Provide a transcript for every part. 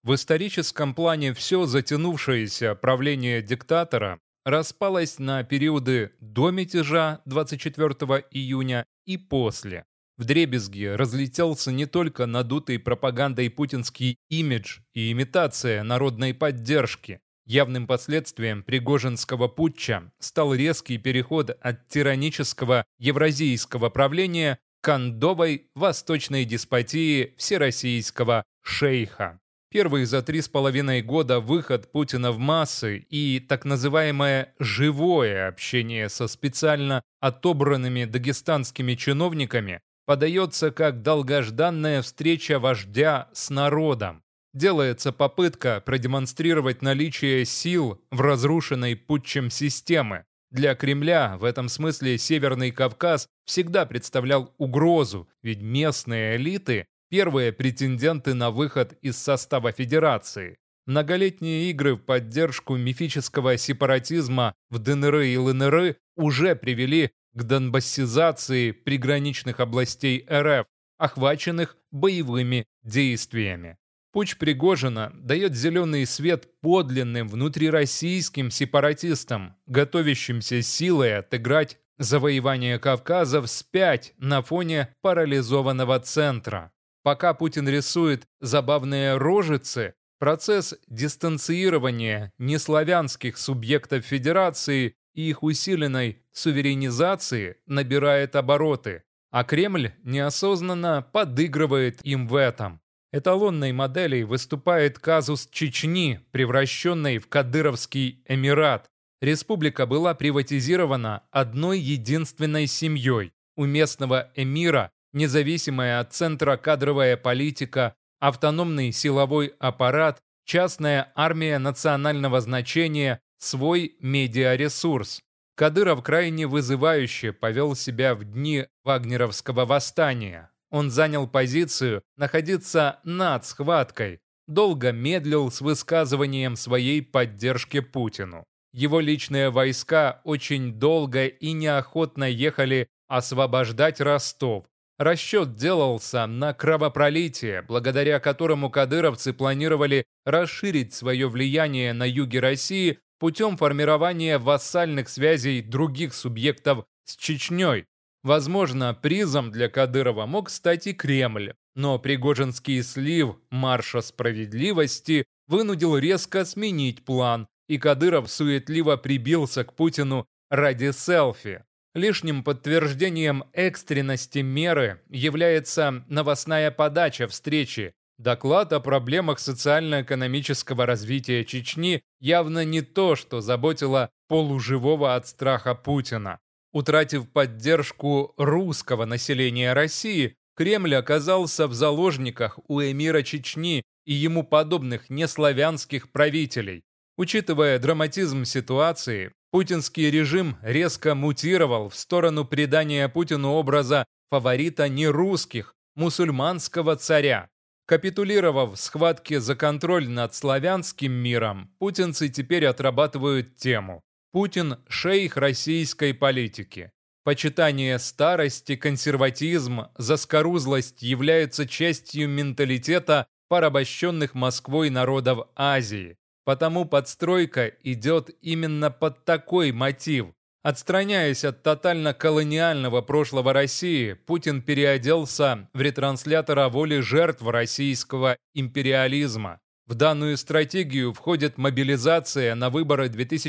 В историческом плане все затянувшееся правление диктатора распалось на периоды до мятежа 24 июня и после. Вдребезги разлетелся не только надутый пропагандой путинский имидж и имитация народной поддержки. Явным последствием Пригожинского путча стал резкий переход от тиранического евразийского правления к кондовой восточной деспотии всероссийского шейха. Первый за 3,5 года выход Путина в массы и так называемое «живое» общение со специально отобранными дагестанскими чиновниками подается как долгожданная встреча вождя с народом. Делается попытка продемонстрировать наличие сил в разрушенной путчем системы. Для Кремля в этом смысле Северный Кавказ всегда представлял угрозу, ведь местные элиты – первые претенденты на выход из состава Федерации. Многолетние игры в поддержку мифического сепаратизма в ДНР и ЛНР уже привели к донбассизации приграничных областей РФ, охваченных боевыми действиями. Путч Пригожина дает зеленый свет подлинным внутрироссийским сепаратистам, готовящимся силой отыграть завоевание Кавказа вспять на фоне парализованного центра. Пока Путин рисует забавные рожицы, процесс дистанцирования неславянских субъектов Федерации и их усиленной суверенизации набирает обороты, а Кремль неосознанно подыгрывает им в этом. Эталонной моделью выступает казус Чечни, превращенной в Кадыровский Эмират. Республика была приватизирована одной единственной семьей. У местного эмира независимая от центра кадровая политика, автономный силовой аппарат, частная армия национального значения, свой медиаресурс. Кадыров крайне вызывающе повел себя в дни вагнеровского восстания. Он занял позицию находиться над схваткой, долго медлил с высказыванием своей поддержки Путину. Его личные войска очень долго и неохотно ехали освобождать Ростов. Расчет делался на кровопролитие, благодаря которому кадыровцы планировали расширить свое влияние на юге России путем формирования вассальных связей других субъектов с Чечней. Возможно, призом для Кадырова мог стать и Кремль, но Пригожинский слив марша справедливости вынудил резко сменить план, и Кадыров суетливо прибился к Путину ради селфи. Лишним подтверждением экстренности меры является новостная подача встречи. Доклад о проблемах социально-экономического развития Чечни явно не то, что заботило полуживого от страха Путина. Утратив поддержку русского населения России, Кремль оказался в заложниках у эмира Чечни и ему подобных неславянских правителей. Учитывая драматизм ситуации, путинский режим резко мутировал в сторону придания Путину образа фаворита нерусских, мусульманского царя. Капитулировав в схватке за контроль над славянским миром, путинцы теперь отрабатывают тему. Путин – шейх российской политики. Почитание старости, консерватизм, заскорузлость являются частью менталитета порабощенных Москвой народов Азии. Потому подстройка идет именно под такой мотив. Отстраняясь от тотально-колониального прошлого России, Путин переоделся в ретранслятора воли жертв российского империализма. В данную стратегию входит мобилизация на выборы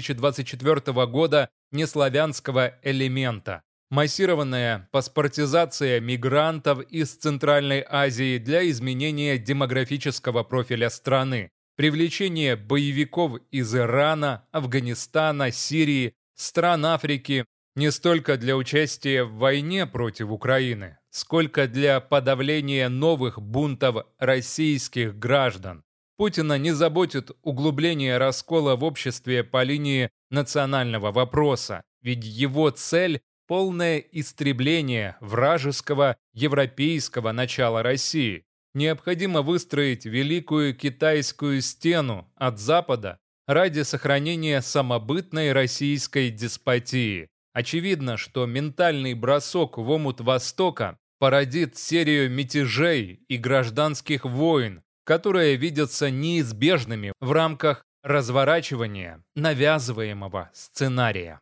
2024 года неславянского элемента, массированная паспортизация мигрантов из Центральной Азии для изменения демографического профиля страны, привлечение боевиков из Ирана, Афганистана, Сирии, стран Африки не столько для участия в войне против Украины, сколько для подавления новых бунтов российских граждан. Путина не заботит углубление раскола в обществе по линии национального вопроса, ведь его цель – полное истребление вражеского европейского начала России. Необходимо выстроить Великую Китайскую стену от Запада ради сохранения самобытной российской деспотии. Очевидно, что ментальный бросок в омут Востока породит серию мятежей и гражданских войн, которые видятся неизбежными в рамках разворачивания навязываемого сценария.